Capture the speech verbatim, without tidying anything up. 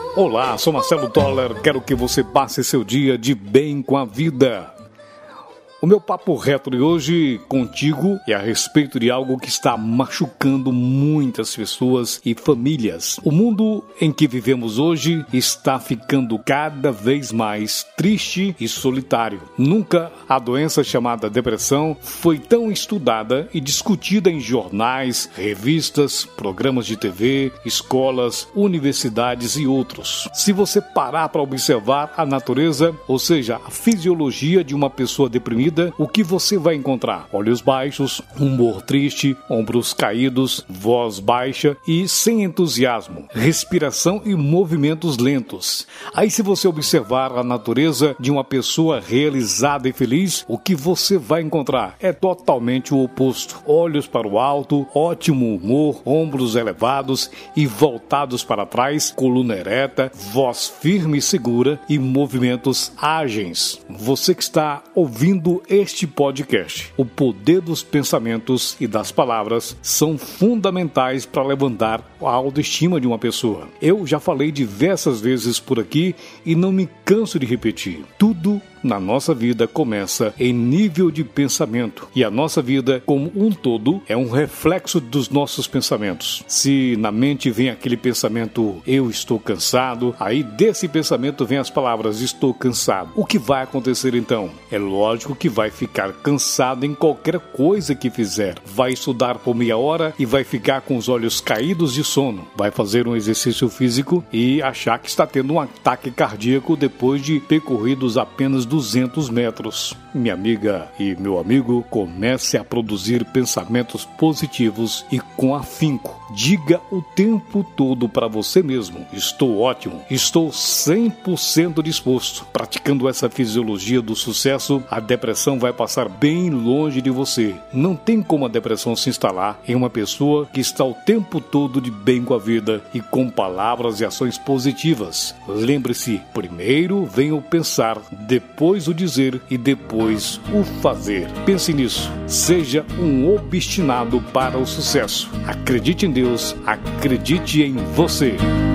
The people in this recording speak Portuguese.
Olá, sou Marcelo Toller, quero que você passe seu dia de bem com a vida. O meu papo reto de hoje contigo é a respeito de algo que está machucando muitas pessoas e famílias. O mundo em que vivemos hoje está ficando cada vez mais triste e solitário. Nunca a doença chamada depressão foi tão estudada e discutida em jornais, revistas, programas de T V, escolas, universidades e outros. Se você parar para observar a natureza, ou seja, a fisiologia de uma pessoa deprimida, o que você vai encontrar? Olhos baixos, humor triste, ombros caídos, voz baixa e sem entusiasmo, respiração e movimentos lentos. Aí, se você observar a natureza de uma pessoa realizada e feliz, o que você vai encontrar é totalmente o oposto. Olhos para o alto, ótimo humor, ombros elevados e voltados para trás, coluna ereta, voz firme e segura e movimentos ágeis. Você que está ouvindo este podcast, o poder dos pensamentos e das palavras são fundamentais para levantar a autoestima de uma pessoa. Eu já falei diversas vezes por aqui e não me canso de repetir. Tudo na nossa vida começa em nível de pensamento e a nossa vida como um todo é um reflexo dos nossos pensamentos. Se na mente vem aquele pensamento eu estou cansado, aí desse pensamento vem as palavras estou cansado. O que vai acontecer então? É lógico que vai ficar cansado em qualquer coisa que fizer. Vai estudar por meia hora e vai ficar com os olhos caídos de sono. Vai fazer um exercício físico e achar que está tendo um ataque cardíaco depois de percorridos apenas duzentos metros. Minha amiga e meu amigo, comece a produzir pensamentos positivos e com afinco. Diga o tempo todo para você mesmo: estou ótimo, estou cem por cento disposto. Praticando essa fisiologia do sucesso, a depressão vai passar bem longe de você. Não tem como a depressão se instalar em uma pessoa que está o tempo todo de bem com a vida e com palavras e ações positivas. Lembre-se, primeiro vem o pensar, depois o dizer e depois o fazer. Pense nisso. Seja um obstinado para o sucesso. Acredite em Deus, acredite em você.